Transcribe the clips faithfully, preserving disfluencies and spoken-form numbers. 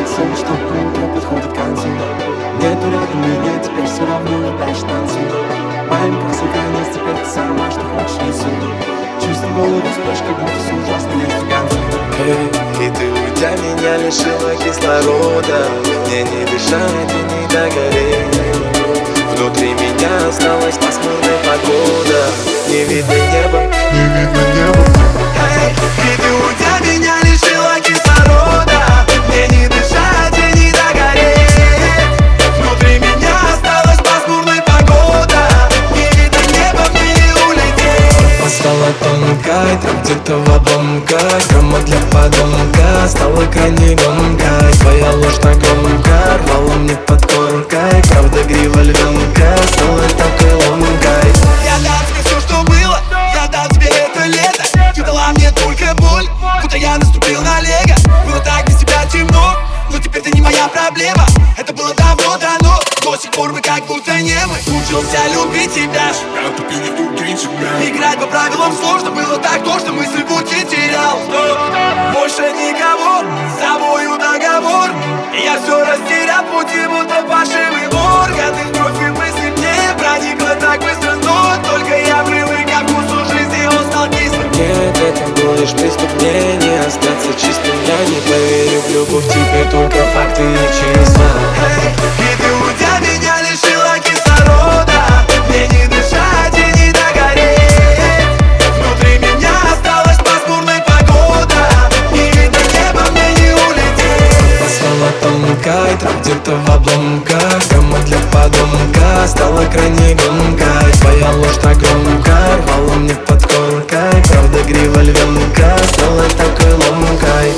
сон, что утро подходит к концу. Нету рядом меня, теперь все равно и дальше танцую. Моим красным конец, теперь ты сама, что хочешь рисуй. Чувствую голову, спишь, как будто все ужасно есть в конце. И ты, уйдя, меня лишила кислорода. Мне не дышать и не догореть. Внутри меня осталась пасмурная погода. Не видно неба, не видно неба. Эй, и ты, уйдя, меня лишила кислорода. Мне не дышать и не догореть. Внутри меня осталась пасмурная погода. Не видно неба, мне не улететь. Стала тонкой, там где-то в обломках. Грамма для подонка стала крайне громкой. Твоя ложь так громко рвала мне подкоркой. Правда грива львенка стала такой ломкой. Я дам тебе все, что было, я дам тебе это лето. Ты дала мне только боль, будто я наступил на лего. Было так без тебя темно, но теперь ты не моя проблема. Это было давно дано, до сих пор мы как будто не мы. Учился любить тебя, Я тупил внутри тебя. играть по правилам сложно, было так тошно, мысли пути терял. Больше никого, с тобою договор. И я все растерял, пути будто пошивый органы. Кровь и мысли мне проникла так быстро, но только я привык ко вкусу жизни, он стал кислым. Нет, это было лишь преступление, остаться чистым я не поверю в любовь. Теперь только факты и числа. Эй, и ты, уйдя, меня лишила кислорода. Мне не дышать и не догореть. Внутри меня осталась пасмурная погода. Не видно неба, мне не улететь. Стала тонкой, там где-то в обломках. Грамма для подонка стала крайне громкой. Твоя ложь так громко рвала мне подкоркой. Правда грива львенка стала такой ломкой.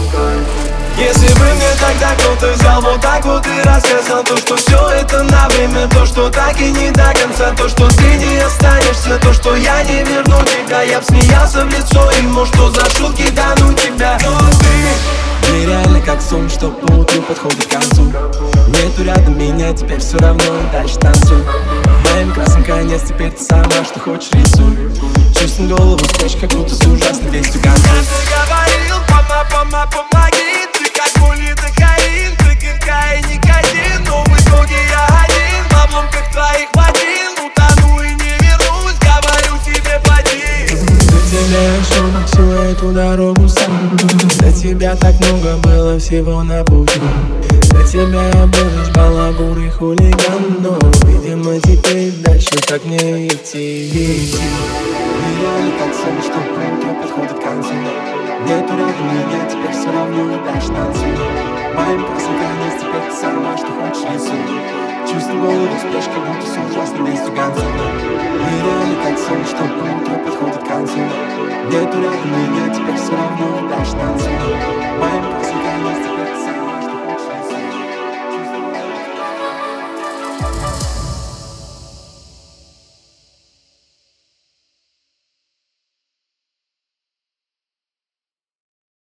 Если бы мне тогда кто-то взял вот так вот и рассказал то, что все это на время, то, что так и не до конца, то, что ты не останешься, то, что я не верну тебя, я б смеялся в лицо ему, что за шутки да ну тебя. Но ты нереально как сон, что по утру подходит к концу. Нету рядом меня, теперь все равно и дальше танцуй. Моим красным конец, теперь ты сама, что хочешь рисуй. Чувствую голову, спишь, как будто с ужасной вестью конца. Я же говорил, пома, пома, помоги. Как полидокаин, ты какая никотин. Но в итоге я один, в обломках твоих ботин. Утону и не вернусь, говорю тебе плати. За тебя я шел всю эту дорогу сам. Для тебя так много было всего на пути. Для тебя я был лишь балагур и хулиган. Но, видимо, теперь дальше как мне идти, идти. Нереально как сон, что утро подходит к концу. Нету рядом меня, теперь все равно и дальше танцую. Моим красным конец, теперь ты сама, что хочешь рисуй. Чувствую голову, спишь, как будто с ужасной вестью конца. Нереально как сон, что утро подходит к концу. Нету рядом меня, теперь все равно